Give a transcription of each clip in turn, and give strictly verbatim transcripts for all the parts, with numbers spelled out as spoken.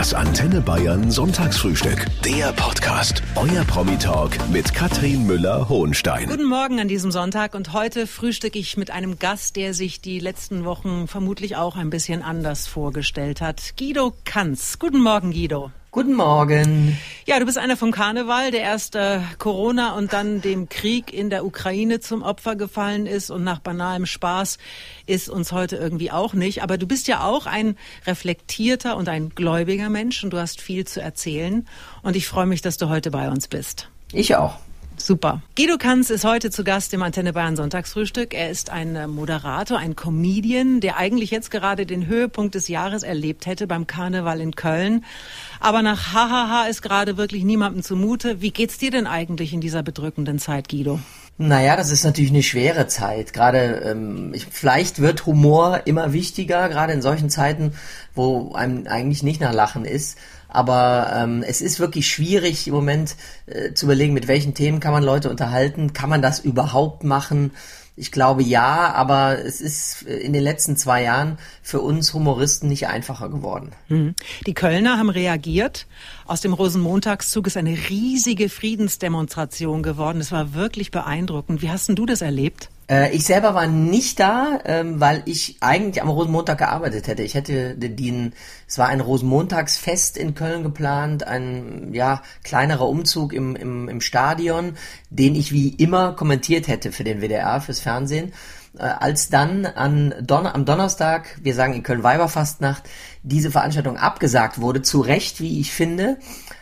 Das Antenne Bayern Sonntagsfrühstück. Der Podcast. Euer Promi-Talk mit Katrin Müller-Hohenstein. Guten Morgen an diesem Sonntag und heute frühstücke ich mit einem Gast, der sich die letzten Wochen vermutlich auch ein bisschen anders vorgestellt hat. Guido Kanz. Guten Morgen, Guido. Guten Morgen. Ja, du bist einer vom Karneval, der erst äh, Corona und dann dem Krieg in der Ukraine zum Opfer gefallen ist und nach banalem Spaß ist uns heute irgendwie auch nicht. Aber du bist ja auch ein reflektierter und ein gläubiger Mensch und du hast viel zu erzählen und ich freue mich, dass du heute bei uns bist. Ich auch. Super. Guido Kanz ist heute zu Gast im Antenne Bayern Sonntagsfrühstück. Er ist ein Moderator, ein Comedian, der eigentlich jetzt gerade den Höhepunkt des Jahres erlebt hätte beim Karneval in Köln. Aber nach Hahaha ist gerade wirklich niemandem zumute. Wie geht's dir denn eigentlich in dieser bedrückenden Zeit, Guido? Naja, das ist natürlich eine schwere Zeit. Gerade ähm, ich, vielleicht wird Humor immer wichtiger, gerade in solchen Zeiten, wo einem eigentlich nicht nach Lachen ist. Aber ähm, es ist wirklich schwierig im Moment äh, zu überlegen, mit welchen Themen kann man Leute unterhalten. Kann man das überhaupt machen? Ich glaube ja, aber es ist in den letzten zwei Jahren für uns Humoristen nicht einfacher geworden. Die Kölner haben reagiert. Aus dem Rosenmontagszug ist eine riesige Friedensdemonstration geworden. Es war wirklich beeindruckend. Wie hast denn du das erlebt? Äh, ich selber war nicht da, ähm, weil ich eigentlich am Rosenmontag gearbeitet hätte. Ich hätte den, es war ein Rosenmontagsfest in Köln geplant, ein ja kleinerer Umzug im, im, im Stadion, den ich wie immer kommentiert hätte für den W D R, fürs Fernsehen. Äh, als dann an Don- am Donnerstag, wir sagen in Köln Weiberfastnacht, diese Veranstaltung abgesagt wurde, zu Recht, wie ich finde,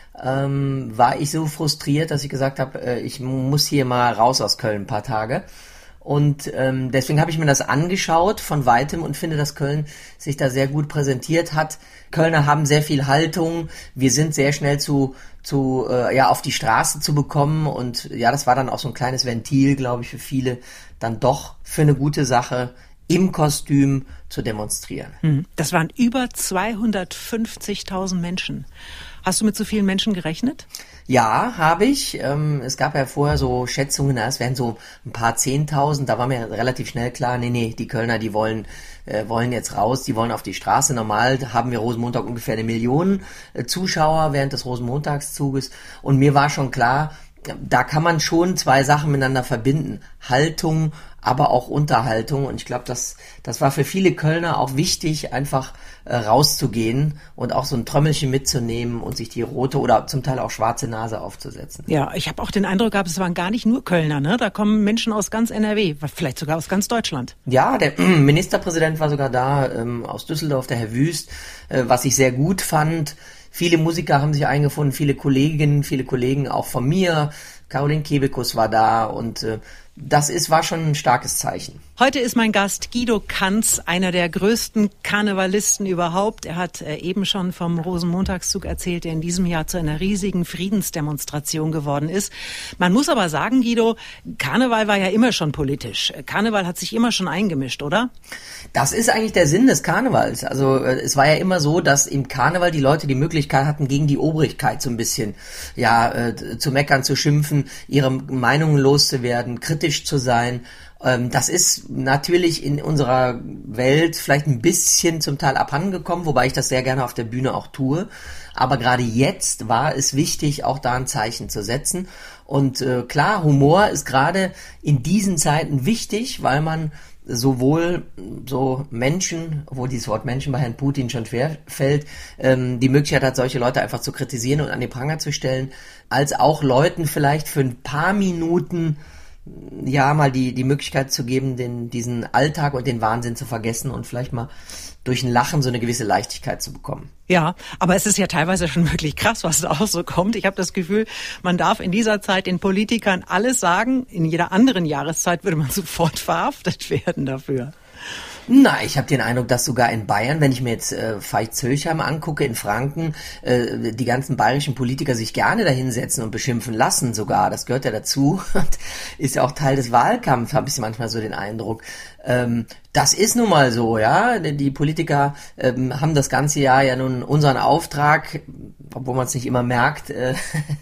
ähm, war ich so frustriert, dass ich gesagt habe, äh, ich muss hier mal raus aus Köln ein paar Tage. Und ähm, deswegen habe ich mir das angeschaut von Weitem und finde, dass Köln sich da sehr gut präsentiert hat. Kölner haben sehr viel Haltung. Wir sind sehr schnell zu zu äh, ja auf die Straße zu bekommen und ja, das war dann auch so ein kleines Ventil, glaube ich, für viele, dann doch für eine gute Sache im Kostüm zu demonstrieren. Das waren über zweihundertfünfzigtausend Menschen. Hast du mit so vielen Menschen gerechnet? Ja, habe ich. Ähm, es gab ja vorher so Schätzungen, na, es wären so ein paar Zehntausend. Da war mir relativ schnell klar, nee, nee, die Kölner, die wollen äh, wollen jetzt raus, die wollen auf die Straße. Normal haben wir Rosenmontag ungefähr eine Million äh, Zuschauer während des Rosenmontagszuges. Und mir war schon klar, da kann man schon zwei Sachen miteinander verbinden. Haltung, aber auch Unterhaltung. Und ich glaube, das, das war für viele Kölner auch wichtig, einfach äh, rauszugehen und auch so ein Trommelchen mitzunehmen und sich die rote oder zum Teil auch schwarze Nase aufzusetzen. Ja, ich habe auch den Eindruck gehabt, es waren gar nicht nur Kölner, ne? Da kommen Menschen aus ganz N R W, vielleicht sogar aus ganz Deutschland. Ja, der äh, Ministerpräsident war sogar da, ähm, aus Düsseldorf, der Herr Wüst, äh, was ich sehr gut fand. Viele Musiker haben sich eingefunden, viele Kolleginnen, viele Kollegen auch von mir. Caroline Kebekus war da und äh, das ist, war schon ein starkes Zeichen. Heute ist mein Gast Guido Kanz, einer der größten Karnevalisten überhaupt. Er hat äh, eben schon vom Rosenmontagszug erzählt, der in diesem Jahr zu einer riesigen Friedensdemonstration geworden ist. Man muss aber sagen, Guido, Karneval war ja immer schon politisch. Karneval hat sich immer schon eingemischt, oder? Das ist eigentlich der Sinn des Karnevals. Also äh, es war ja immer so, dass im Karneval die Leute die Möglichkeit hatten, gegen die Obrigkeit so ein bisschen ja äh, zu meckern, zu schimpfen, ihre Meinungen loszuwerden, kritisch zu sein. Ähm, das ist natürlich in unserer Welt vielleicht ein bisschen zum Teil abhandengekommen, wobei ich das sehr gerne auf der Bühne auch tue. Aber gerade jetzt war es wichtig, auch da ein Zeichen zu setzen. Und äh, klar, Humor ist gerade in diesen Zeiten wichtig, weil man sowohl so Menschen, obwohl dieses Wort Menschen bei Herrn Putin schon schwer fällt, ähm, die Möglichkeit hat, solche Leute einfach zu kritisieren und an den Pranger zu stellen, als auch Leuten vielleicht für ein paar Minuten ja mal die die Möglichkeit zu geben, den diesen Alltag und den Wahnsinn zu vergessen und vielleicht mal durch ein Lachen so eine gewisse Leichtigkeit zu bekommen. Ja, aber es ist ja teilweise schon wirklich krass, was da auch so kommt. Ich habe das Gefühl, man darf in dieser Zeit den Politikern alles sagen. In jeder anderen Jahreszeit würde man sofort verhaftet werden dafür. Na, ich habe den Eindruck, dass sogar in Bayern, wenn ich mir jetzt äh, Veit-Zöllchheim angucke, in Franken, äh, die ganzen bayerischen Politiker sich gerne dahinsetzen und beschimpfen lassen sogar. Das gehört ja dazu und ist ja auch Teil des Wahlkampfs, habe ich manchmal so den Eindruck. Ähm, das ist nun mal so, ja. Die Politiker ähm, haben das ganze Jahr ja nun unseren Auftrag, obwohl man es nicht immer merkt, äh,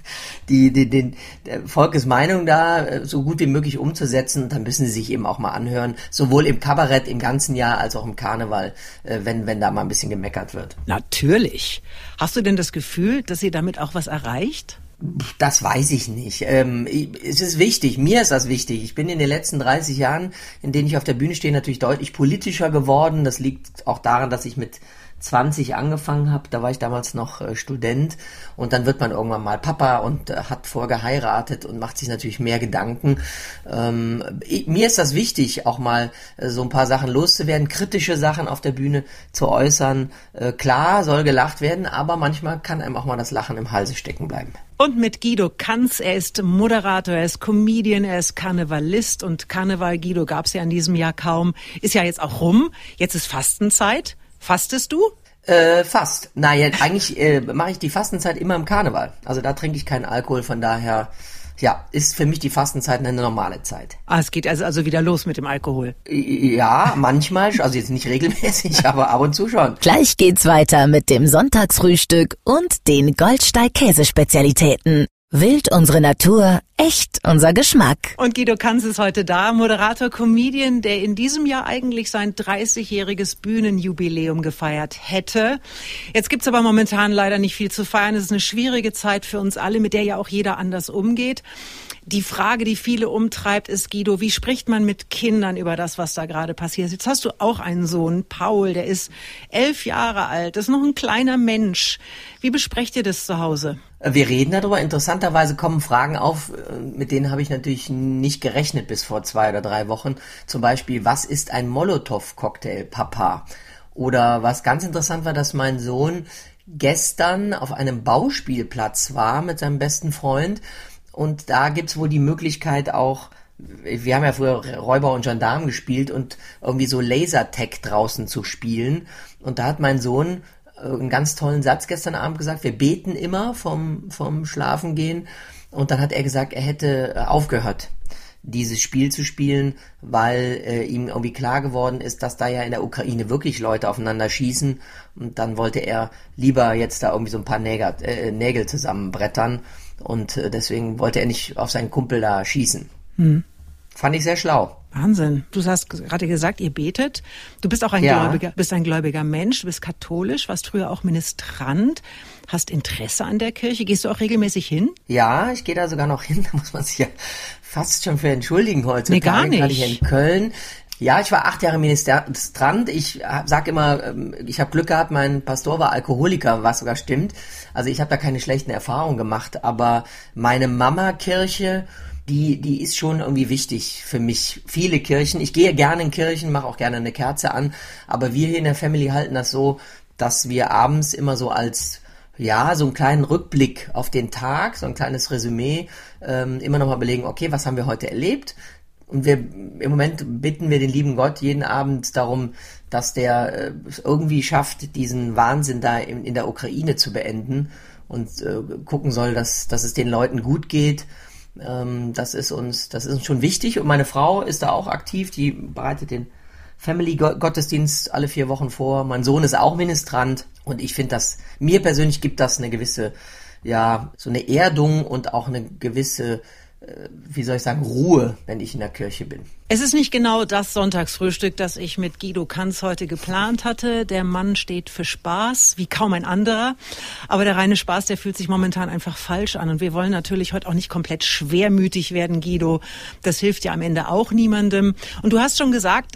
die, die, den der Volkes Meinung da äh, so gut wie möglich umzusetzen. Dann müssen sie sich eben auch mal anhören, sowohl im Kabarett im ganzen Jahr als auch im Karneval, äh, wenn, wenn da mal ein bisschen gemeckert wird. Natürlich. Hast du denn das Gefühl, dass ihr damit auch was erreicht? Das weiß ich nicht. Ähm, es ist wichtig, mir ist das wichtig. Ich bin in den letzten dreißig Jahren, in denen ich auf der Bühne stehe, natürlich deutlich politischer geworden. Das liegt auch daran, dass ich mit zwanzig angefangen habe. Da war ich damals noch äh, Student. Und dann wird man irgendwann mal Papa und äh, hat vorher geheiratet und macht sich natürlich mehr Gedanken. Ähm, ich, mir ist das wichtig, auch mal äh, so ein paar Sachen loszuwerden, kritische Sachen auf der Bühne zu äußern. Äh, klar, soll gelacht werden, aber manchmal kann einem auch mal das Lachen im Halse stecken bleiben. Und mit Guido Kanz, er ist Moderator, er ist Comedian, er ist Karnevalist und Karneval, Guido, gab es ja in diesem Jahr kaum. Ist ja jetzt auch rum, jetzt ist Fastenzeit. Fastest du? Äh, fast. Naja, eigentlich äh, mache ich die Fastenzeit immer im Karneval. Also da trinke ich keinen Alkohol, von daher, ja, ist für mich die Fastenzeit eine normale Zeit. Ah, es geht also, also wieder los mit dem Alkohol. Ja, manchmal, also jetzt nicht regelmäßig, aber ab und zu schon. Gleich geht's weiter mit dem Sonntagsfrühstück und den Goldsteig-Käsespezialitäten. Wild unsere Natur, echt unser Geschmack. Und Guido Kanz ist heute da, Moderator, Comedian, der in diesem Jahr eigentlich sein dreißigjähriges Bühnenjubiläum gefeiert hätte. Jetzt gibt's aber momentan leider nicht viel zu feiern. Es ist eine schwierige Zeit für uns alle, mit der ja auch jeder anders umgeht. Die Frage, die viele umtreibt, ist, Guido, wie spricht man mit Kindern über das, was da gerade passiert? Jetzt hast du auch einen Sohn, Paul, der ist elf Jahre alt, das ist noch ein kleiner Mensch. Wie besprecht ihr das zu Hause? Wir reden darüber. Interessanterweise kommen Fragen auf, mit denen habe ich natürlich nicht gerechnet bis vor zwei oder drei Wochen. Zum Beispiel, was ist ein Molotow-Cocktail, Papa? Oder was ganz interessant war, dass mein Sohn gestern auf einem Bauspielplatz war mit seinem besten Freund. Und da gibt's wohl die Möglichkeit auch, wir haben ja früher Räuber und Gendarm gespielt und irgendwie so Lasertag draußen zu spielen. Und da hat mein Sohn einen ganz tollen Satz gestern Abend gesagt, wir beten immer vom, vom Schlafengehen. Und dann hat er gesagt, er hätte aufgehört, dieses Spiel zu spielen, weil äh, ihm irgendwie klar geworden ist, dass da ja in der Ukraine wirklich Leute aufeinander schießen. Und dann wollte er lieber jetzt da irgendwie so ein paar Nägel, äh, Nägel zusammenbrettern. Und äh, deswegen wollte er nicht auf seinen Kumpel da schießen. Hm. Fand ich sehr schlau. Wahnsinn. Du hast gerade gesagt, ihr betet. Du bist auch ein ja. gläubiger, bist ein gläubiger Mensch, du bist katholisch, warst früher auch Ministrant, hast Interesse an der Kirche. Gehst du auch regelmäßig hin? Ja, ich gehe da sogar noch hin. Da muss man sich ja fast schon für entschuldigen heutzutage. Nee, gar nicht. Gerade hier in Köln. Ja, ich war acht Jahre Ministrant. Ich sag immer, ich habe Glück gehabt, mein Pastor war Alkoholiker, was sogar stimmt. Also ich habe da keine schlechten Erfahrungen gemacht. Aber meine Mama-Kirche, die die ist schon irgendwie wichtig für mich. Viele Kirchen. Ich gehe gerne in Kirchen, mache auch gerne eine Kerze an. Aber wir hier in der Family halten das so, dass wir abends immer so als ja, so einen kleinen Rückblick auf den Tag, so ein kleines Resümee, ähm, immer nochmal belegen, okay, was haben wir heute erlebt? Und wir, im Moment bitten wir den lieben Gott jeden Abend darum, dass der äh, es irgendwie schafft, diesen Wahnsinn da in, in der Ukraine zu beenden und äh, gucken soll, dass, dass es den Leuten gut geht. Ähm, das ist uns, das ist uns schon wichtig. Und meine Frau ist da auch aktiv, die bereitet den Family-Gottesdienst alle vier Wochen vor. Mein Sohn ist auch Ministrant und ich finde das, mir persönlich gibt das eine gewisse, ja, so eine Erdung und auch eine gewisse, äh, wie soll ich sagen, Ruhe, wenn ich in der Kirche bin. Es ist nicht genau das Sonntagsfrühstück, das ich mit Guido Kanz heute geplant hatte. Der Mann steht für Spaß, wie kaum ein anderer. Aber der reine Spaß, der fühlt sich momentan einfach falsch an. Und wir wollen natürlich heute auch nicht komplett schwermütig werden, Guido. Das hilft ja am Ende auch niemandem. Und du hast schon gesagt,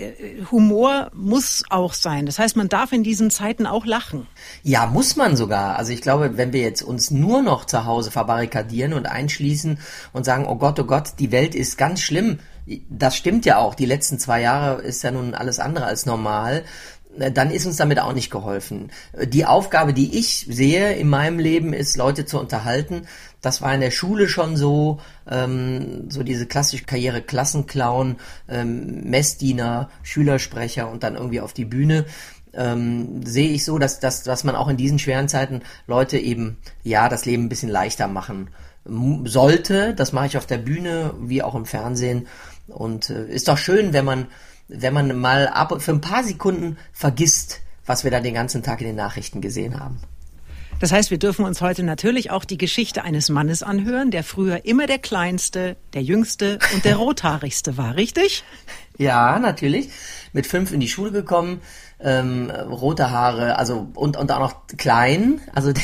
Humor muss auch sein. Das heißt, man darf in diesen Zeiten auch lachen. Ja, muss man sogar. Also ich glaube, wenn wir jetzt uns nur noch zu Hause verbarrikadieren und einschließen und sagen, oh Gott, oh Gott, die Welt ist ganz schlimm. Das stimmt ja auch. Die letzten zwei Jahre ist ja nun alles andere als normal. Dann ist uns damit auch nicht geholfen. Die Aufgabe, die ich sehe in meinem Leben, ist, Leute zu unterhalten. Das war in der Schule schon so, ähm, so diese klassische Karriere Klassenclown, ähm, Messdiener, Schülersprecher und dann irgendwie auf die Bühne. Ähm, sehe ich so, dass, dass, dass man auch in diesen schweren Zeiten Leute eben, ja, das Leben ein bisschen leichter machen sollte. Das mache ich auf der Bühne wie auch im Fernsehen. Und äh, ist doch schön, wenn man, wenn man mal ab für ein paar Sekunden vergisst, was wir da den ganzen Tag in den Nachrichten gesehen haben. Das heißt, wir dürfen uns heute natürlich auch die Geschichte eines Mannes anhören, der früher immer der Kleinste, der Jüngste und der Rothaarigste war, richtig? Ja, natürlich. Mit fünf in die Schule gekommen, ähm, rote Haare, also und, und auch noch klein, also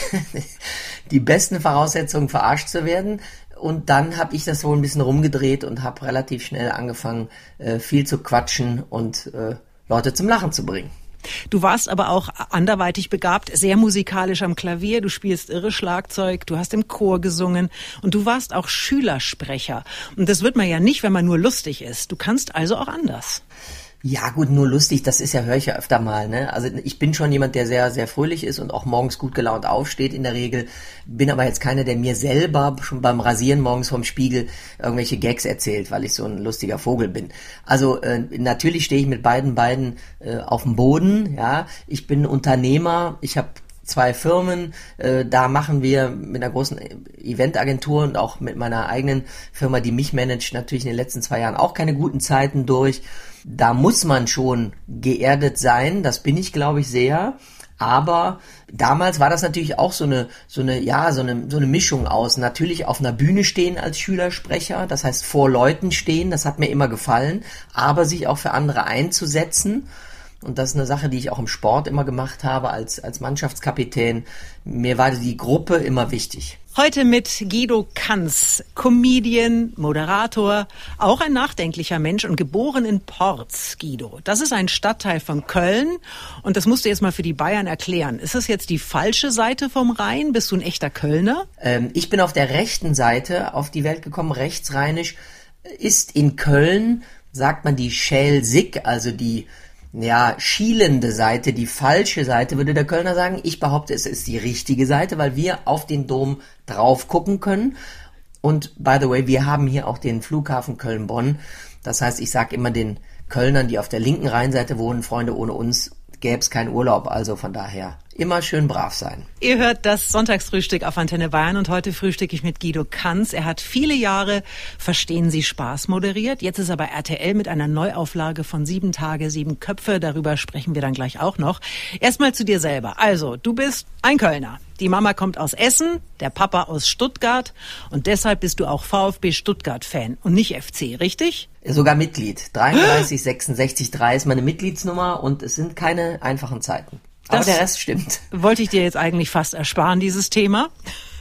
die besten Voraussetzungen, verarscht zu werden. Und dann habe ich das wohl ein bisschen rumgedreht und habe relativ schnell angefangen, äh, viel zu quatschen und äh, Leute zum Lachen zu bringen. Du warst aber auch anderweitig begabt, sehr musikalisch am Klavier, du spielst irre Schlagzeug, du hast im Chor gesungen und du warst auch Schülersprecher. Und das wird man ja nicht, wenn man nur lustig ist. Du kannst also auch anders. Ja gut, nur lustig, das ist ja, höre ich ja öfter mal, ne? Also ich bin schon jemand, der sehr, sehr fröhlich ist und auch morgens gut gelaunt aufsteht in der Regel, bin aber jetzt keiner, der mir selber schon beim Rasieren morgens vorm Spiegel irgendwelche Gags erzählt, weil ich so ein lustiger Vogel bin. Also äh, natürlich stehe ich mit beiden Beinen äh, auf dem Boden, ja. Ich bin Unternehmer, ich habe zwei Firmen, äh, da machen wir mit einer großen Eventagentur und auch mit meiner eigenen Firma, die mich managt, natürlich in den letzten zwei Jahren auch keine guten Zeiten durch. Da muss man schon geerdet sein, das bin ich, glaube ich, sehr. Aber damals war das natürlich auch so eine, so eine, ja, so eine, so eine Mischung aus. Natürlich auf einer Bühne stehen als Schülersprecher, das heißt vor Leuten stehen, das hat mir immer gefallen, aber sich auch für andere einzusetzen. Und das ist eine Sache, die ich auch im Sport immer gemacht habe als, als Mannschaftskapitän. Mir war die Gruppe immer wichtig. Heute mit Guido Kanz, Comedian, Moderator, auch ein nachdenklicher Mensch und geboren in Porz, Guido. Das ist ein Stadtteil von Köln und das musst du jetzt mal für die Bayern erklären. Ist das jetzt die falsche Seite vom Rhein? Bist du ein echter Kölner? Ähm, ich bin auf der rechten Seite auf die Welt gekommen, rechtsrheinisch. Ist in Köln, sagt man die Schelsig, also die ja, schielende Seite, die falsche Seite, würde der Kölner sagen. Ich behaupte, es ist die richtige Seite, weil wir auf den Dom drauf gucken können. Und by the way, wir haben hier auch den Flughafen Köln-Bonn. Das heißt, ich sage immer den Kölnern, die auf der linken Rheinseite wohnen, Freunde, ohne uns gäbe es keinen Urlaub. Also von daher immer schön brav sein. Ihr hört das Sonntagsfrühstück auf Antenne Bayern und heute frühstücke ich mit Guido Kanz. Er hat viele Jahre Verstehen Sie Spaß moderiert. Jetzt ist aber R T L mit einer Neuauflage von Sieben Tage, Sieben Köpfe. Darüber sprechen wir dann gleich auch noch. Erstmal zu dir selber. Also, du bist ein Kölner. Die Mama kommt aus Essen, der Papa aus Stuttgart und deshalb bist du auch VfB Stuttgart-Fan und nicht F C, richtig? Sogar Mitglied. dreiunddreißig sechsundsechzig drei ist meine Mitgliedsnummer und es sind keine einfachen Zeiten. Aber Das der Rest stimmt. Wollte ich dir jetzt eigentlich fast ersparen, dieses Thema.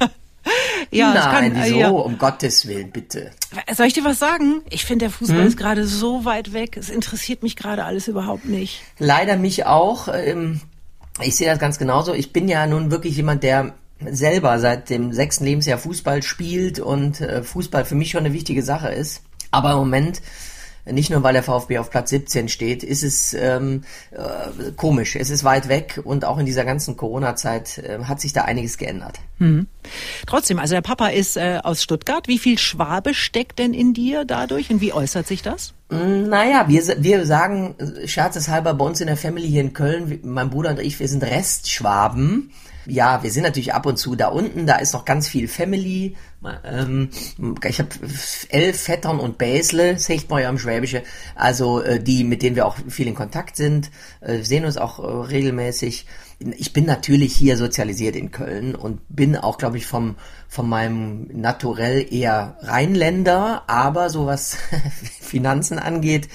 Ja, Nein, kann, wieso? Ja. Um Gottes Willen, bitte. Soll ich dir was sagen? Ich finde, der Fußball Hm? ist gerade so weit weg. Es interessiert mich gerade alles überhaupt nicht. Leider mich auch. Ähm, Ich sehe das ganz genauso. Ich bin ja nun wirklich jemand, der selber seit dem sechsten Lebensjahr Fußball spielt und äh, Fußball für mich schon eine wichtige Sache ist. Aber im Moment, nicht nur weil der VfB auf Platz siebzehn steht, ist es ähm, äh, komisch. Es ist weit weg und auch in dieser ganzen Corona-Zeit äh, hat sich da einiges geändert. Hm. Trotzdem, also der Papa ist äh, aus Stuttgart. Wie viel Schwabe steckt denn in dir dadurch und wie äußert sich das? Naja, wir, wir sagen scherzeshalber bei uns in der Family hier in Köln, mein Bruder und ich, wir sind Restschwaben. Ja, wir sind natürlich ab und zu da unten, da ist noch ganz viel Family. Ähm, ich habe elf Vettern und Bäsle, sagt man ja im Schwäbische, also äh, die, mit denen wir auch viel in Kontakt sind, äh, sehen uns auch äh, regelmäßig. Ich bin natürlich hier sozialisiert in Köln und bin auch, glaube ich, vom von meinem Naturell eher Rheinländer, aber so was Finanzen angeht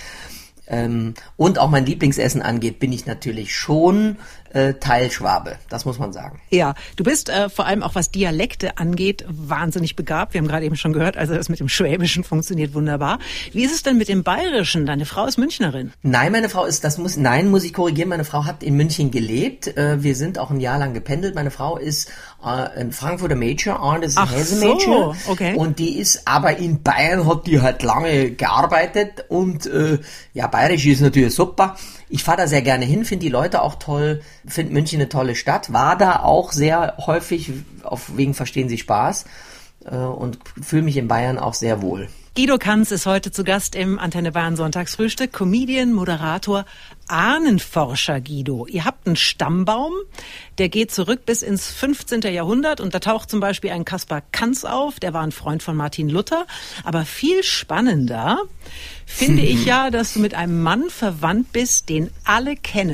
ähm, und auch mein Lieblingsessen angeht, bin ich natürlich schon äh, Teilschwabe, das muss man sagen. Ja, du bist äh, vor allem auch was Dialekte angeht wahnsinnig begabt. Wir haben gerade eben schon gehört, also das mit dem Schwäbischen funktioniert wunderbar. Wie ist es denn mit dem Bayerischen? Deine Frau ist Münchnerin. Nein, meine Frau ist, das muss, nein, muss ich korrigieren, meine Frau hat in München gelebt. Äh, wir sind auch ein Jahr lang gependelt. Meine Frau ist äh, ein Frankfurter Mädchen, das ist ein Hesse-Mädchen. So, okay. Und die ist, aber in Bayern hat die halt lange gearbeitet und äh, ja, Bayerisch ist natürlich super. Ich fahre da sehr gerne hin, finde die Leute auch toll, finde München eine tolle Stadt, war da auch sehr häufig, auf wegen Verstehen Sie Spaß äh, und fühle mich in Bayern auch sehr wohl. Guido Kanz ist heute zu Gast im Antenne Bayern Sonntagsfrühstück, Comedian, Moderator, Ahnenforscher Guido. Ihr habt einen Stammbaum, der geht zurück bis ins fünfzehnten Jahrhundert und da taucht zum Beispiel ein Kaspar Cans auf, der war ein Freund von Martin Luther. Aber viel spannender finde ich ja, dass du mit einem Mann verwandt bist, den alle kennen.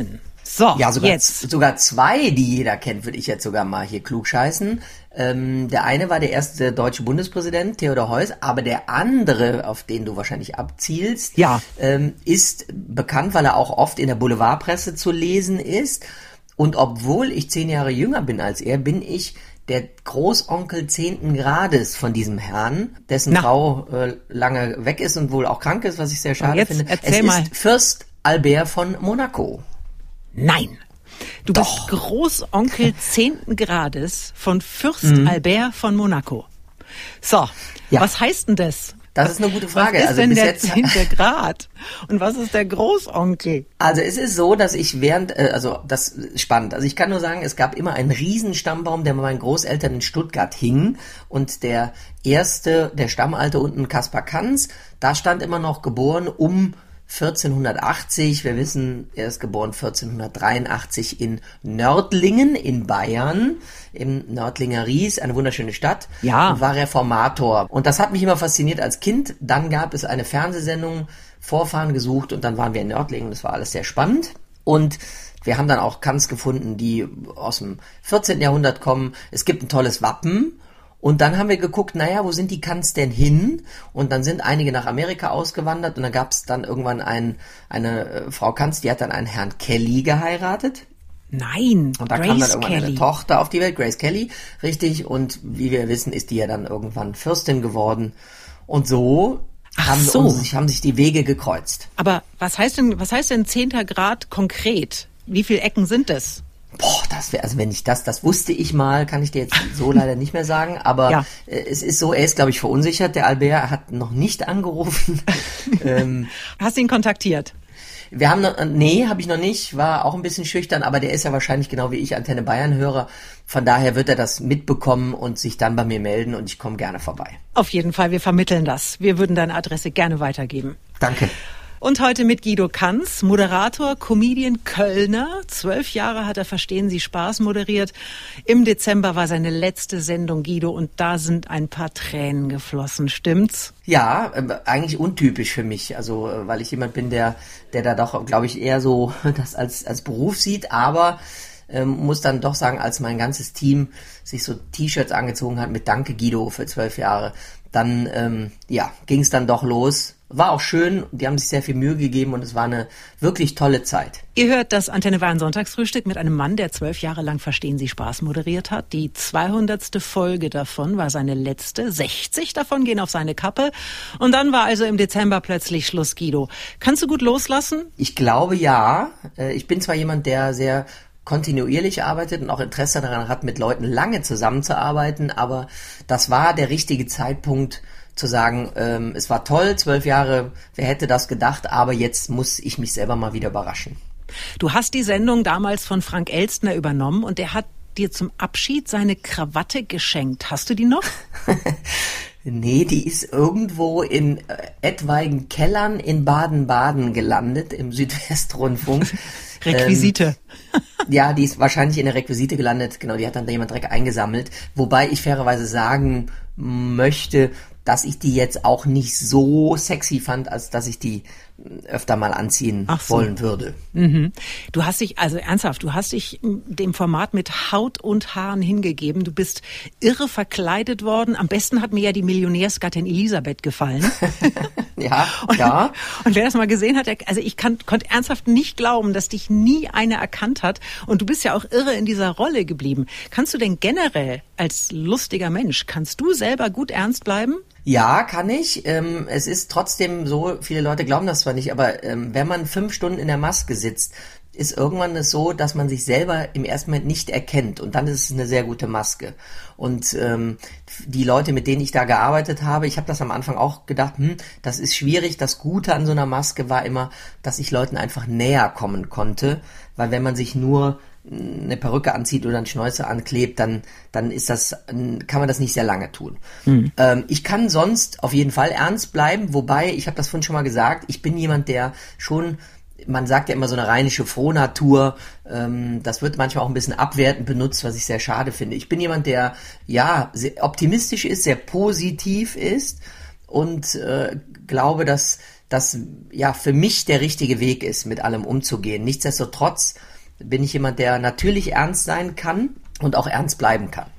So, ja, sogar, jetzt. sogar zwei, die jeder kennt, würde ich jetzt sogar mal hier klugscheißen. Ähm, der eine war der erste deutsche Bundespräsident, Theodor Heuss, aber der andere, auf den du wahrscheinlich abzielst, ja. ähm, ist bekannt, weil er auch oft in der Boulevardpresse zu lesen ist. Und obwohl ich zehn Jahre jünger bin als er, bin ich der Großonkel zehnten Grades von diesem Herrn, dessen Na. Frau äh, lange weg ist und wohl auch krank ist, was ich sehr schade jetzt finde. Erzähl es mal. ist Fürst Albert von Monaco. Nein. Du Doch. bist Großonkel zehnten Grades von Fürst Mhm. Albert von Monaco. So, Ja. was heißt denn das? Das ist eine gute Frage. Was ist also denn bis der jetzt zehnte Grad? Und was ist der Großonkel? Also es ist so, dass ich während, äh, also das ist spannend. Also ich kann nur sagen, es gab immer einen riesen Stammbaum, der bei meinen Großeltern in Stuttgart hing. Und der erste, der Stammalte unten, Kaspar Kanz, da stand immer noch geboren um vierzehnhundertachtzig. Wir wissen, er ist geboren vierzehnhundertdreiundachtzig in Nördlingen in Bayern, im Nördlinger Ries, eine wunderschöne Stadt. Ja. Und war Reformator. Und das hat mich immer fasziniert als Kind. Dann gab es eine Fernsehsendung, Vorfahren gesucht, und dann waren wir in Nördlingen. Das war alles sehr spannend. Und wir haben dann auch Kanz gefunden, die aus dem vierzehnten Jahrhundert kommen. Es gibt ein tolles Wappen. Und dann haben wir geguckt, naja, wo sind die Kanz denn hin? Und dann sind einige nach Amerika ausgewandert, und dann gab es dann irgendwann ein, eine äh, Frau Kanz, die hat dann einen Herrn Kelly geheiratet. Nein, Und da Grace kam dann irgendwann Kelly. eine Tochter auf die Welt, Grace Kelly, richtig. Und wie wir wissen, ist die ja dann irgendwann Fürstin geworden. Und so, Ach haben, so. uns, sich, haben sich die Wege gekreuzt. Aber was heißt denn, was heißt denn zehnter Grad konkret? Wie viele Ecken sind es? Boah, das wäre, also wenn ich das, das wusste ich mal, kann ich dir jetzt so leider nicht mehr sagen, aber Ja. äh, es ist so, er ist, glaube ich, verunsichert, der Albert hat noch nicht angerufen. ähm, Hast du ihn kontaktiert? wir haben noch, nee, habe ich noch nicht, war auch ein bisschen schüchtern, aber der ist ja wahrscheinlich genau wie ich Antenne Bayern Hörer, von daher wird er das mitbekommen und sich dann bei mir melden, und ich komme gerne vorbei. Auf jeden Fall, wir vermitteln das. Wir würden deine Adresse gerne weitergeben. Danke. Und heute mit Guido Kanz, Moderator, Comedian, Kölner. Zwölf Jahre hat er Verstehen Sie Spaß moderiert. Im Dezember war seine letzte Sendung, Guido, und da sind ein paar Tränen geflossen, stimmt's? Ja, äh, eigentlich untypisch für mich, also äh, weil ich jemand bin, der der da doch, glaube ich, eher so das als als Beruf sieht, aber ähm, muss dann doch sagen, als mein ganzes Team sich so T-Shirts angezogen hat mit Danke Guido für zwölf Jahre, dann ähm, ja, ging es dann doch los. War auch schön, die haben sich sehr viel Mühe gegeben, und es war eine wirklich tolle Zeit. Ihr hört das Antenne Bayern Sonntagsfrühstück mit einem Mann, der zwölf Jahre lang Verstehen Sie Spaß moderiert hat. Die zweihundertste Folge davon war seine letzte. sechzig davon gehen auf seine Kappe. Und dann war also im Dezember plötzlich Schluss, Guido. Kannst du gut loslassen? Ich glaube, ja. Äh, Ich bin zwar jemand, der sehr kontinuierlich arbeitet und auch Interesse daran hat, mit Leuten lange zusammenzuarbeiten, aber das war der richtige Zeitpunkt zu sagen, ähm, es war toll, zwölf Jahre, wer hätte das gedacht, aber jetzt muss ich mich selber mal wieder überraschen. Du hast die Sendung damals von Frank Elstner übernommen, und der hat dir zum Abschied seine Krawatte geschenkt. Hast du die noch? Nee, die ist irgendwo in äh, etwaigen Kellern in Baden-Baden gelandet, im Südwestrundfunk. Requisite. Ähm, ja, die ist wahrscheinlich in der Requisite gelandet, genau, die hat dann da jemand direkt eingesammelt. Wobei ich fairerweise sagen möchte, dass ich die jetzt auch nicht so sexy fand, als dass ich die öfter mal anziehen Ach so. wollen würde. Mhm. Du hast dich, also ernsthaft, du hast dich dem Format mit Haut und Haaren hingegeben. Du bist irre verkleidet worden. Am besten hat mir ja die Millionärsgattin Elisabeth gefallen. Ja, und, ja. Und wer das mal gesehen hat, der, also ich kann, konnte ernsthaft nicht glauben, dass dich nie einer erkannt hat. Und du bist ja auch irre in dieser Rolle geblieben. Kannst du denn generell als lustiger Mensch, kannst du selber gut ernst bleiben? Ja, kann ich. Ähm, es ist trotzdem so, viele Leute glauben das zwar nicht, aber ähm, wenn man fünf Stunden in der Maske sitzt, ist irgendwann es so, dass man sich selber im ersten Moment nicht erkennt, und dann ist es eine sehr gute Maske. Und ähm, die Leute, mit denen ich da gearbeitet habe, ich habe das am Anfang auch gedacht, hm, das ist schwierig. Das Gute an so einer Maske war immer, dass ich Leuten einfach näher kommen konnte, weil wenn man sich nur eine Perücke anzieht oder einen Schnäuzer anklebt, dann dann ist das, kann man das nicht sehr lange tun. Mhm. Ähm, ich kann sonst auf jeden Fall ernst bleiben, wobei, ich habe das vorhin schon mal gesagt, ich bin jemand, der schon, man sagt ja immer so eine rheinische Frohnatur, ähm, das wird manchmal auch ein bisschen abwertend benutzt, was ich sehr schade finde. Ich bin jemand, der ja sehr optimistisch ist, sehr positiv ist und äh, glaube, dass das ja für mich der richtige Weg ist, mit allem umzugehen. Nichtsdestotrotz bin ich jemand, der natürlich ernst sein kann und auch ernst bleiben kann.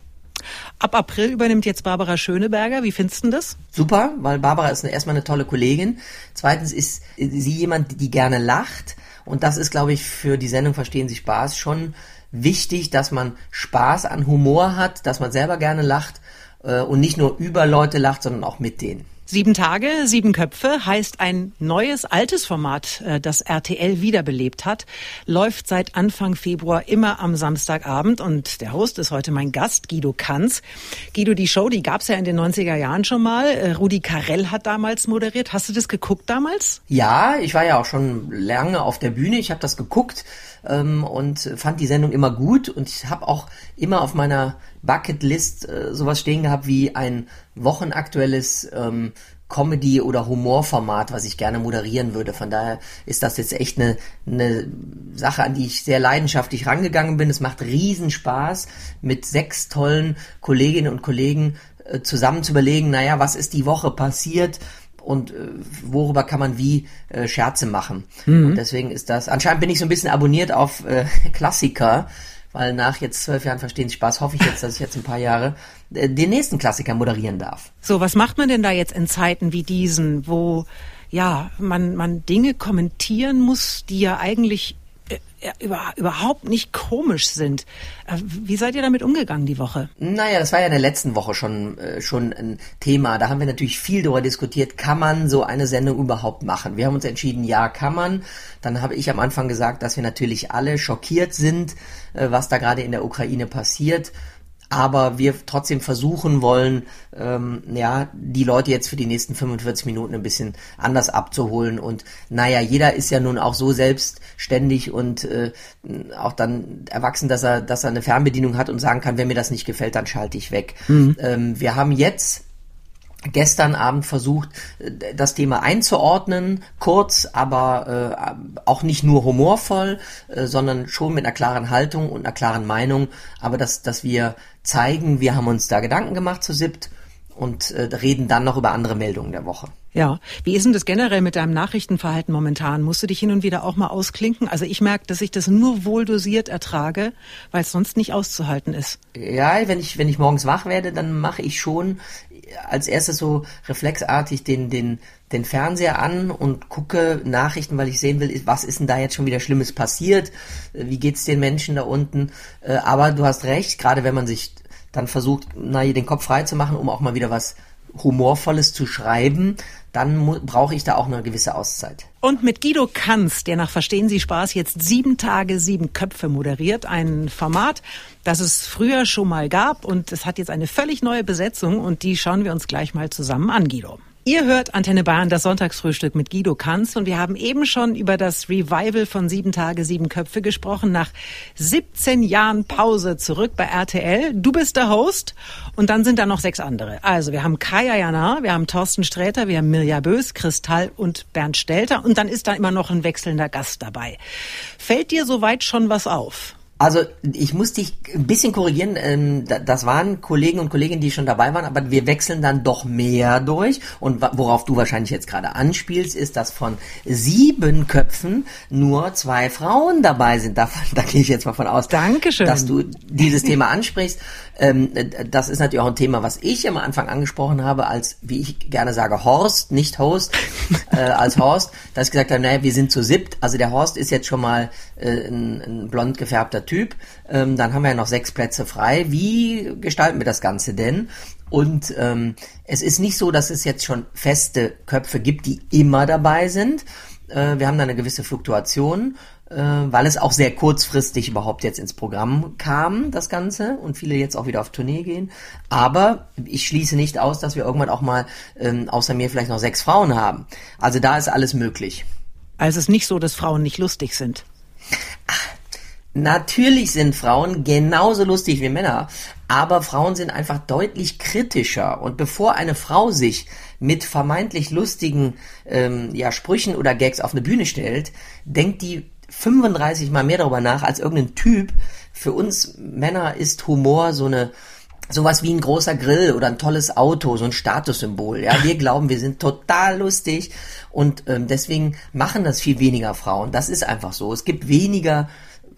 Ab April übernimmt jetzt Barbara Schöneberger. Wie findest du das? Super, weil Barbara ist eine, erstmal eine tolle Kollegin. Zweitens ist sie jemand, die gerne lacht. Und das ist, glaube ich, für die Sendung Verstehen Sie Spaß schon wichtig, dass man Spaß an Humor hat, dass man selber gerne lacht äh, und nicht nur über Leute lacht, sondern auch mit denen. Sieben Tage, sieben Köpfe heißt ein neues, altes Format, das R T L wiederbelebt hat, läuft seit Anfang Februar immer am Samstagabend und der Host ist heute mein Gast, Guido Kanz. Guido, die Show, die gab's ja in den neunziger Jahren schon mal. Rudi Carrell hat damals moderiert. Hast du das geguckt damals? Ja, ich war ja auch schon lange auf der Bühne. Ich habe das geguckt ähm, und fand die Sendung immer gut und ich habe auch immer auf meiner Bucketlist äh, sowas stehen gehabt wie ein wochenaktuelles ähm, Comedy- oder Humorformat, was ich gerne moderieren würde. Von daher ist das jetzt echt eine, eine Sache, an die ich sehr leidenschaftlich rangegangen bin. Es macht riesen Spaß, mit sechs tollen Kolleginnen und Kollegen äh, zusammen zu überlegen, naja, was ist die Woche passiert und äh, worüber kann man wie äh, Scherze machen. Mhm. Und deswegen ist das, anscheinend bin ich so ein bisschen abonniert auf äh, Klassiker, weil nach jetzt zwölf Jahren Verstehen Sie Spaß hoffe ich jetzt, dass ich jetzt ein paar Jahre äh, den nächsten Klassiker moderieren darf. So, was macht man denn da jetzt in Zeiten wie diesen, wo ja man man Dinge kommentieren muss, die ja eigentlich äh, über, überhaupt nicht komisch sind? Äh, wie seid ihr damit umgegangen die Woche? Naja, das war ja in der letzten Woche schon äh, schon ein Thema. Da haben wir natürlich viel darüber diskutiert, kann man so eine Sendung überhaupt machen? Wir haben uns entschieden, ja, kann man. Dann habe ich am Anfang gesagt, dass wir natürlich alle schockiert sind, äh, was da gerade in der Ukraine passiert. Aber wir trotzdem versuchen wollen, ähm, ja, die Leute jetzt für die nächsten fünfundvierzig Minuten ein bisschen anders abzuholen. Und naja, jeder ist ja nun auch so selbstständig und äh, auch dann erwachsen, dass er, dass er eine Fernbedienung hat und sagen kann, wenn mir das nicht gefällt, dann schalte ich weg. Mhm. Ähm, wir haben jetzt gestern Abend versucht, das Thema einzuordnen, kurz, aber äh, auch nicht nur humorvoll, äh, sondern schon mit einer klaren Haltung und einer klaren Meinung, aber dass, dass wir zeigen, wir haben uns da Gedanken gemacht zu siebt und äh, reden dann noch über andere Meldungen der Woche. Ja, wie ist denn das generell mit deinem Nachrichtenverhalten momentan? Musst du dich hin und wieder auch mal ausklinken? Also ich merke, dass ich das nur wohl dosiert ertrage, weil es sonst nicht auszuhalten ist. Ja, wenn ich wenn ich morgens wach werde, dann mache ich schon als erstes so reflexartig den den den Fernseher an und gucke Nachrichten, weil ich sehen will, was ist denn da jetzt schon wieder Schlimmes passiert? Wie geht's den Menschen da unten? Aber du hast recht, gerade wenn man sich dann versucht, na, den Kopf frei zu machen, um auch mal wieder was Humorvolles zu schreiben, dann mu- brauche ich da auch eine gewisse Auszeit. Und mit Guido Kanz, der nach Verstehen Sie Spaß jetzt sieben Tage, sieben Köpfe moderiert, ein Format, das es früher schon mal gab und es hat jetzt eine völlig neue Besetzung und die schauen wir uns gleich mal zusammen an, Guido. Ihr hört Antenne Bayern, das Sonntagsfrühstück mit Guido Kanz und wir haben eben schon über das Revival von Sieben Tage, Sieben Köpfe gesprochen. Nach siebzehn Jahren Pause zurück bei R T L. Du bist der Host und dann sind da noch sechs andere. Also wir haben Kaya Jana, wir haben Thorsten Sträter, wir haben Mirja Bös, Kristall und Bernd Stelter und dann ist da immer noch ein wechselnder Gast dabei. Fällt dir soweit schon was auf? Also ich muss dich ein bisschen korrigieren, ähm, das waren Kollegen und Kolleginnen, die schon dabei waren, aber wir wechseln dann doch mehr durch und worauf du wahrscheinlich jetzt gerade anspielst, ist, dass von sieben Köpfen nur zwei Frauen dabei sind. Da, da gehe ich jetzt mal von aus, Dankeschön, dass du dieses Thema ansprichst. Ähm, das ist natürlich auch ein Thema, was ich am Anfang angesprochen habe, als, wie ich gerne sage, Horst, nicht Host, äh, als Horst, dass ich gesagt habe, naja, wir sind zu siebt, also der Horst ist jetzt schon mal äh, ein, ein blond gefärbter Typ, ähm, dann haben wir ja noch sechs Plätze frei. Wie gestalten wir das Ganze denn? Und ähm, es ist nicht so, dass es jetzt schon feste Köpfe gibt, die immer dabei sind. Äh, wir haben da eine gewisse Fluktuation, äh, weil es auch sehr kurzfristig überhaupt jetzt ins Programm kam, das Ganze, und viele jetzt auch wieder auf Tournee gehen. Aber ich schließe nicht aus, dass wir irgendwann auch mal ähm, außer mir vielleicht noch sechs Frauen haben. Also da ist alles möglich. Also es ist nicht so, dass Frauen nicht lustig sind. Ach, natürlich sind Frauen genauso lustig wie Männer, aber Frauen sind einfach deutlich kritischer. Und bevor eine Frau sich mit vermeintlich lustigen ähm, ja, Sprüchen oder Gags auf eine Bühne stellt, denkt die fünfunddreißig Mal mehr darüber nach als irgendein Typ. Für uns Männer ist Humor so eine sowas wie ein großer Grill oder ein tolles Auto, so ein Statussymbol. Ja, wir glauben, wir sind total lustig und ähm, deswegen machen das viel weniger Frauen. Das ist einfach so. Es gibt weniger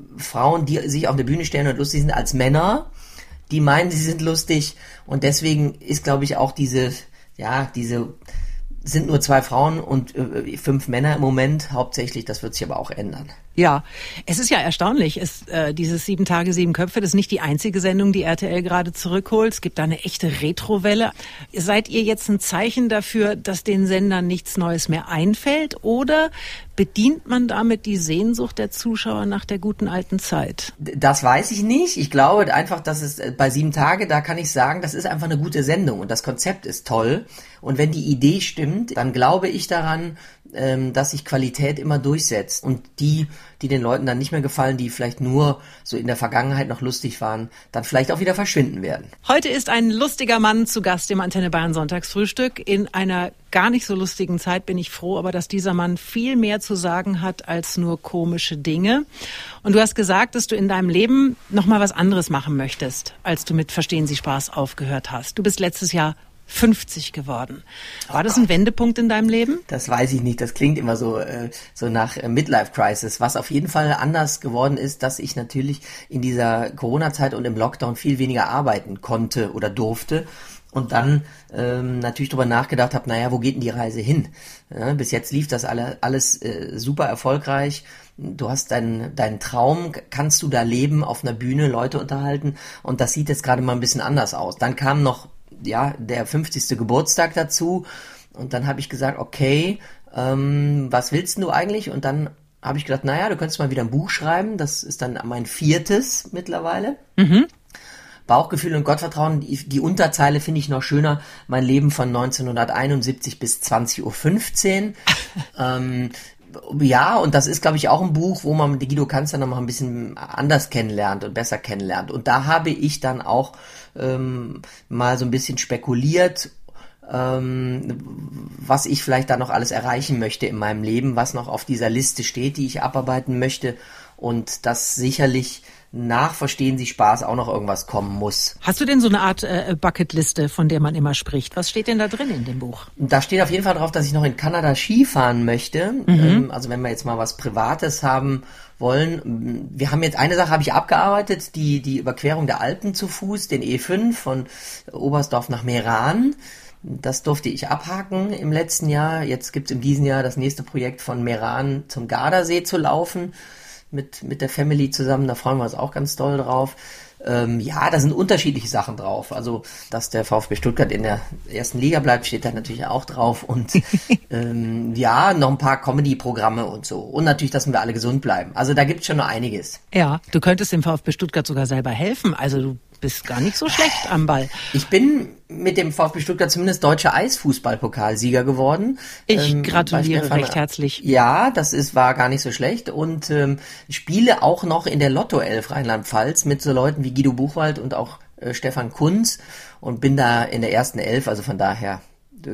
Frauen, die sich auf der Bühne stellen und lustig sind, als Männer, die meinen, sie sind lustig. Und deswegen ist, glaube ich, auch diese, ja, diese, sind nur zwei Frauen und äh, fünf Männer im Moment hauptsächlich. Das wird sich aber auch ändern. Ja, es ist ja erstaunlich, es, äh, dieses Sieben Tage, Sieben Köpfe, das ist nicht die einzige Sendung, die R T L gerade zurückholt. Es gibt da eine echte Retrowelle. Seid ihr jetzt ein Zeichen dafür, dass den Sendern nichts Neues mehr einfällt? Oder bedient man damit die Sehnsucht der Zuschauer nach der guten alten Zeit? Das weiß ich nicht. Ich glaube einfach, dass es bei Sieben Tage, da kann ich sagen, das ist einfach eine gute Sendung und das Konzept ist toll. Und wenn die Idee stimmt, dann glaube ich daran, dass sich Qualität immer durchsetzt. Und die, die den Leuten dann nicht mehr gefallen, die vielleicht nur so in der Vergangenheit noch lustig waren, dann vielleicht auch wieder verschwinden werden. Heute ist ein lustiger Mann zu Gast im Antenne Bayern Sonntagsfrühstück. In einer gar nicht so lustigen Zeit bin ich froh, aber dass dieser Mann viel mehr zu sagen hat als nur komische Dinge. Und du hast gesagt, dass du in deinem Leben noch mal was anderes machen möchtest, als du mit Verstehen Sie Spaß aufgehört hast. Du bist letztes Jahr fünfzig geworden. War das ein Wendepunkt in deinem Leben? Das weiß ich nicht. Das klingt immer so äh, so nach äh, Midlife-Crisis. Was auf jeden Fall anders geworden ist, dass ich natürlich in dieser Corona-Zeit und im Lockdown viel weniger arbeiten konnte oder durfte. Und dann ähm, natürlich drüber nachgedacht habe, naja, wo geht denn die Reise hin? Ja, bis jetzt lief das alle, alles äh, super erfolgreich. Du hast deinen deinen Traum, kannst du da leben, auf einer Bühne Leute unterhalten. Und das sieht jetzt gerade mal ein bisschen anders aus. Dann kam noch ja, der fünfzigste Geburtstag dazu und dann habe ich gesagt, okay, ähm, was willst du eigentlich? Und dann habe ich gedacht, naja, du könntest mal wieder ein Buch schreiben, das ist dann mein viertes mittlerweile. Mhm. Bauchgefühl und Gottvertrauen, die, die Unterzeile finde ich noch schöner, mein Leben von neunzehnhunderteinundsiebzig bis zwanzig Uhr fünfzehn. ähm, Ja, und das ist, glaube ich, auch ein Buch, wo man die Guido Kanz dann noch mal ein bisschen anders kennenlernt und besser kennenlernt. Und da habe ich dann auch ähm, mal so ein bisschen spekuliert, ähm, was ich vielleicht da noch alles erreichen möchte in meinem Leben, was noch auf dieser Liste steht, die ich abarbeiten möchte. Und das sicherlich nach Verstehen Sie Spaß auch noch irgendwas kommen muss. Hast du denn so eine Art äh, Bucketliste, von der man immer spricht? Was steht denn da drin in dem Buch? Da steht auf jeden Fall drauf, dass ich noch in Kanada Skifahren möchte. Mhm. Ähm, also wenn wir jetzt mal was Privates haben wollen. Wir haben jetzt, eine Sache habe ich abgearbeitet, die, die Überquerung der Alpen zu Fuß, den E fünf von Oberstdorf nach Meran. Das durfte ich abhaken im letzten Jahr. Jetzt gibt es in diesem Jahr das nächste Projekt von Meran zum Gardasee zu laufen. Mit, mit der Family zusammen, da freuen wir uns auch ganz doll drauf. Ähm, ja, da sind unterschiedliche Sachen drauf. Also, dass der VfB Stuttgart in der ersten Liga bleibt, steht da natürlich auch drauf. Und ähm, ja, noch ein paar Comedy-Programme und so. Und natürlich, dass wir alle gesund bleiben. Also da gibt's schon noch einiges. Ja, du könntest dem VfB Stuttgart sogar selber helfen. Also du bist gar nicht so schlecht am Ball. Ich bin mit dem VfB Stuttgart zumindest deutscher Eisfußballpokalsieger geworden. Ich ähm, gratuliere recht herzlich. Ja, das ist war gar nicht so schlecht und ähm, spiele auch noch in der Lotto-Elf Rheinland-Pfalz mit so Leuten wie Guido Buchwald und auch äh, Stefan Kunz und bin da in der ersten Elf, also von daher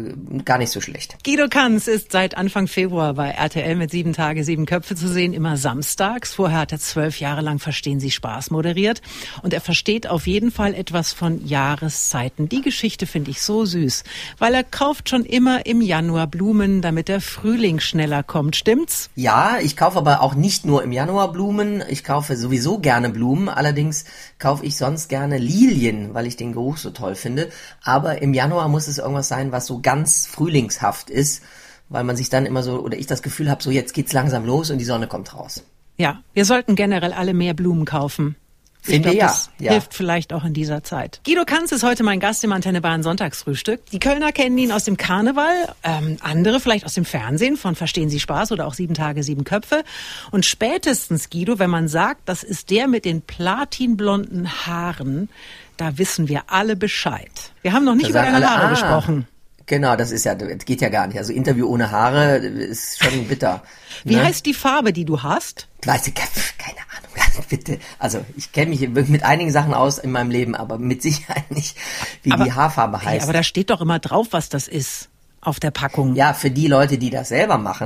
gar nicht so schlecht. Guido Kanz ist seit Anfang Februar bei R T L mit Sieben Tage, Sieben Köpfe zu sehen, immer samstags. Vorher hat er zwölf Jahre lang Verstehen Sie Spaß moderiert und er versteht auf jeden Fall etwas von Jahreszeiten. Die Geschichte finde ich so süß, weil er kauft schon immer im Januar Blumen, damit der Frühling schneller kommt. Stimmt's? Ja, ich kaufe aber auch nicht nur im Januar Blumen. Ich kaufe sowieso gerne Blumen. Allerdings kaufe ich sonst gerne Lilien, weil ich den Geruch so toll finde. Aber im Januar muss es irgendwas sein, was so ganz frühlingshaft ist, weil man sich dann immer so, oder ich das Gefühl habe, so jetzt geht's langsam los und die Sonne kommt raus. Ja, wir sollten generell alle mehr Blumen kaufen. Finde ich glaub, ja. Das ja. hilft vielleicht auch in dieser Zeit. Guido Kanz ist heute mein Gast im Antenne Bayern Sonntagsfrühstück. Die Kölner kennen ihn aus dem Karneval, ähm, andere vielleicht aus dem Fernsehen von Verstehen Sie Spaß oder auch Sieben Tage, Sieben Köpfe. Und spätestens, Guido, wenn man sagt, das ist der mit den platinblonden Haaren, da wissen wir alle Bescheid. Wir haben noch nicht da über deine alle, Haare ah. gesprochen. Genau, das ist ja, das geht ja gar nicht. Also Interview ohne Haare ist schon bitter. Wie ne? heißt die Farbe, die du hast? Weißt du, keine Ahnung, bitte. Also ich kenne mich mit einigen Sachen aus in meinem Leben, aber mit Sicherheit nicht, wie aber, die Haarfarbe heißt. Ja, aber da steht doch immer drauf, was das ist auf der Packung. Ja, für die Leute, die das selber machen,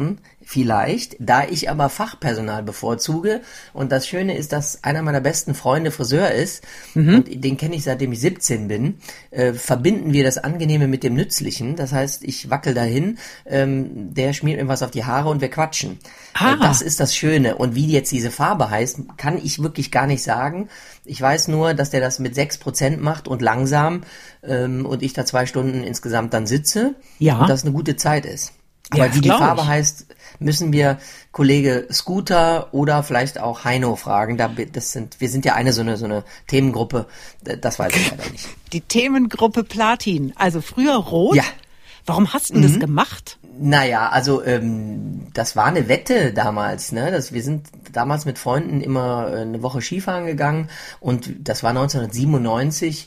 vielleicht. Da ich aber Fachpersonal bevorzuge und das Schöne ist, dass einer meiner besten Freunde Friseur ist mhm. und den kenne ich seitdem ich siebzehn bin, äh, verbinden wir das Angenehme mit dem Nützlichen. Das heißt, ich wackel dahin, ähm, der schmiert mir was auf die Haare und wir quatschen. Äh, das ist das Schöne. Und wie jetzt diese Farbe heißt, kann ich wirklich gar nicht sagen. Ich weiß nur, dass der das mit sechs Prozent macht und langsam ähm, und ich da zwei Stunden insgesamt dann sitze ja. und das eine gute Zeit ist. Aber ja, wie die Farbe ich. heißt, müssen wir Kollege Scooter oder vielleicht auch Heino fragen. Da, das sind, wir sind ja eine so eine so eine Themengruppe. Das weiß ich leider nicht. Die Themengruppe Platin. Also früher rot. Ja. Warum hast du mhm. das gemacht? Naja, also ähm, das war eine Wette damals, ne? Das, wir sind damals mit Freunden immer eine Woche Skifahren gegangen und das war neunzehnhundertsiebenundneunzig.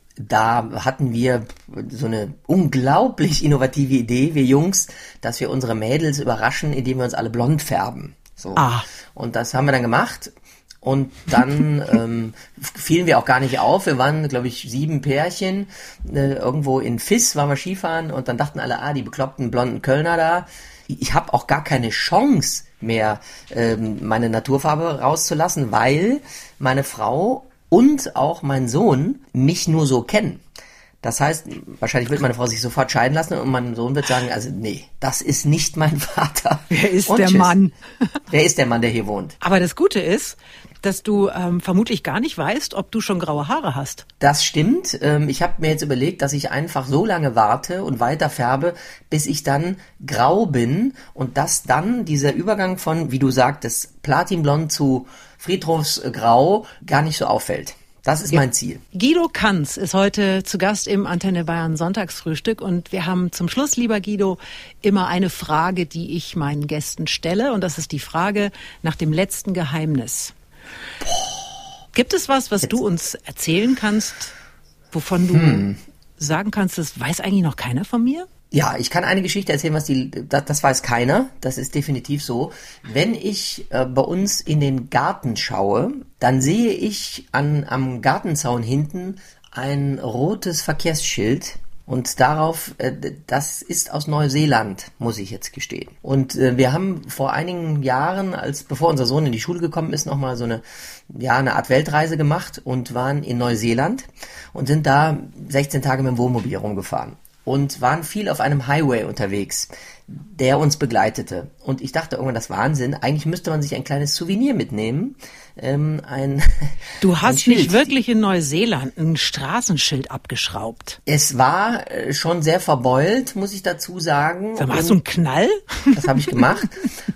Da hatten wir so eine unglaublich innovative Idee, wir Jungs, dass wir unsere Mädels überraschen, indem wir uns alle blond färben. So. Ah. Und das haben wir dann gemacht. Und dann ähm, fielen wir auch gar nicht auf. Wir waren, glaube ich, sieben Pärchen. Äh, irgendwo in Viss waren wir Skifahren und dann dachten alle, ah, die bekloppten blonden Kölner da. Ich habe auch gar keine Chance mehr, ähm, meine Naturfarbe rauszulassen, weil meine Frau und auch mein Sohn mich nur so kennen. Das heißt, wahrscheinlich wird meine Frau sich sofort scheiden lassen und mein Sohn wird sagen, also nee, das ist nicht mein Vater. Wer ist und der tschüss. Mann? Wer ist der Mann, der hier wohnt? Aber das Gute ist, dass du ähm, vermutlich gar nicht weißt, ob du schon graue Haare hast. Das stimmt. Ähm, ich habe mir jetzt überlegt, dass ich einfach so lange warte und weiter färbe, bis ich dann grau bin und dass dann dieser Übergang von, wie du sagtest, Platinblond zu Friedhofsgrau gar nicht so auffällt. Das ist mein Ziel. Guido Kanz ist heute zu Gast im Antenne Bayern Sonntagsfrühstück und wir haben zum Schluss, lieber Guido, immer eine Frage, die ich meinen Gästen stelle und das ist die Frage nach dem letzten Geheimnis. Boah. Gibt es was, was Jetzt. du uns erzählen kannst, wovon du hm. sagen kannst, das weiß eigentlich noch keiner von mir? Ja, ich kann eine Geschichte erzählen, was die, das, das weiß keiner. Das ist definitiv so. Wenn ich äh, bei uns in den Garten schaue, dann sehe ich an, am Gartenzaun hinten ein rotes Verkehrsschild. Und darauf, äh, das ist aus Neuseeland, muss ich jetzt gestehen. Und äh, wir haben vor einigen Jahren, als bevor unser Sohn in die Schule gekommen ist, nochmal so eine, ja, eine Art Weltreise gemacht und waren in Neuseeland und sind da sechzehn Tage mit dem Wohnmobil rumgefahren. Und waren viel auf einem Highway unterwegs, der uns begleitete. Und ich dachte irgendwann, das Wahnsinn, eigentlich müsste man sich ein kleines Souvenir mitnehmen. Ähm, ein Du hast ein nicht wirklich in Neuseeland ein Straßenschild abgeschraubt. Es war äh, schon sehr verbeult, muss ich dazu sagen. Sag mal, hast du einen Knall? Das habe ich gemacht.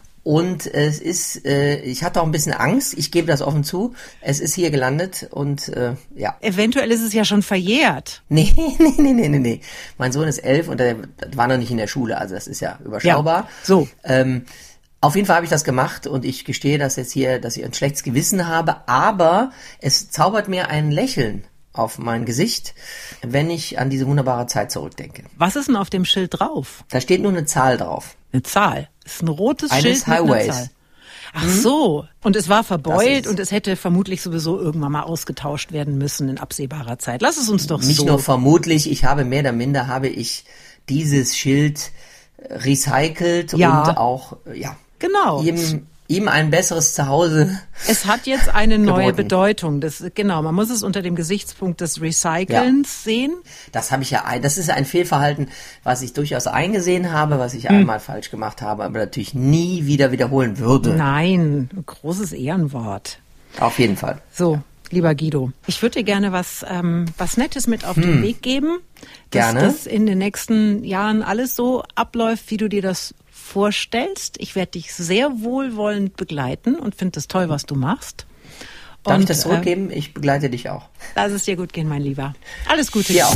Und es ist, äh, ich hatte auch ein bisschen Angst, ich gebe das offen zu, es ist hier gelandet und äh, ja. Eventuell ist es ja schon verjährt. Nee, nee, nee, nee, nee, nee. Mein Sohn ist elf und der war noch nicht in der Schule, also das ist ja überschaubar. Ja, so. Ähm, auf jeden Fall habe ich das gemacht und ich gestehe das jetzt hier, dass ich ein schlechtes Gewissen habe, aber es zaubert mir ein Lächeln auf mein Gesicht, wenn ich an diese wunderbare Zeit zurückdenke. Was ist denn auf dem Schild drauf? Da steht nur eine Zahl drauf. Eine Zahl? Das ist ein rotes Eines Schild mit Highways. einer Zahl. Ach mhm. so. Und es war verbeult und es hätte vermutlich sowieso irgendwann mal ausgetauscht werden müssen in absehbarer Zeit. Lass es uns doch Nicht so. Nicht nur vermutlich, ich habe mehr oder minder, habe ich dieses Schild recycelt ja. und auch, ja. Genau. Ihm, ihm ein besseres Zuhause. Es hat jetzt eine neue geboten. Bedeutung. Das, genau, man muss es unter dem Gesichtspunkt des Recycelns ja. sehen. Das habe ich ja, das ist ein Fehlverhalten, was ich durchaus eingesehen habe, was ich hm. einmal falsch gemacht habe, aber natürlich nie wieder wiederholen würde. Nein, großes Ehrenwort. Auf jeden Fall. So. Ja. Lieber Guido, ich würde dir gerne was, ähm, was Nettes mit auf hm. den Weg geben, dass gerne. das in den nächsten Jahren alles so abläuft, wie du dir das vorstellst. Ich werde dich sehr wohlwollend begleiten und finde es toll, was du machst. Darf und, ich das zurückgeben? Äh, ich begleite dich auch. Lass es dir gut gehen, mein Lieber. Alles Gute. Dir auch.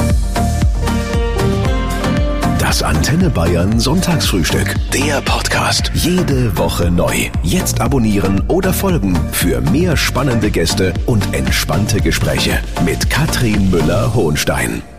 Das Antenne Bayern Sonntagsfrühstück. Der Podcast. Jede Woche neu. Jetzt abonnieren oder folgen für mehr spannende Gäste und entspannte Gespräche mit Katrin Müller-Hohenstein.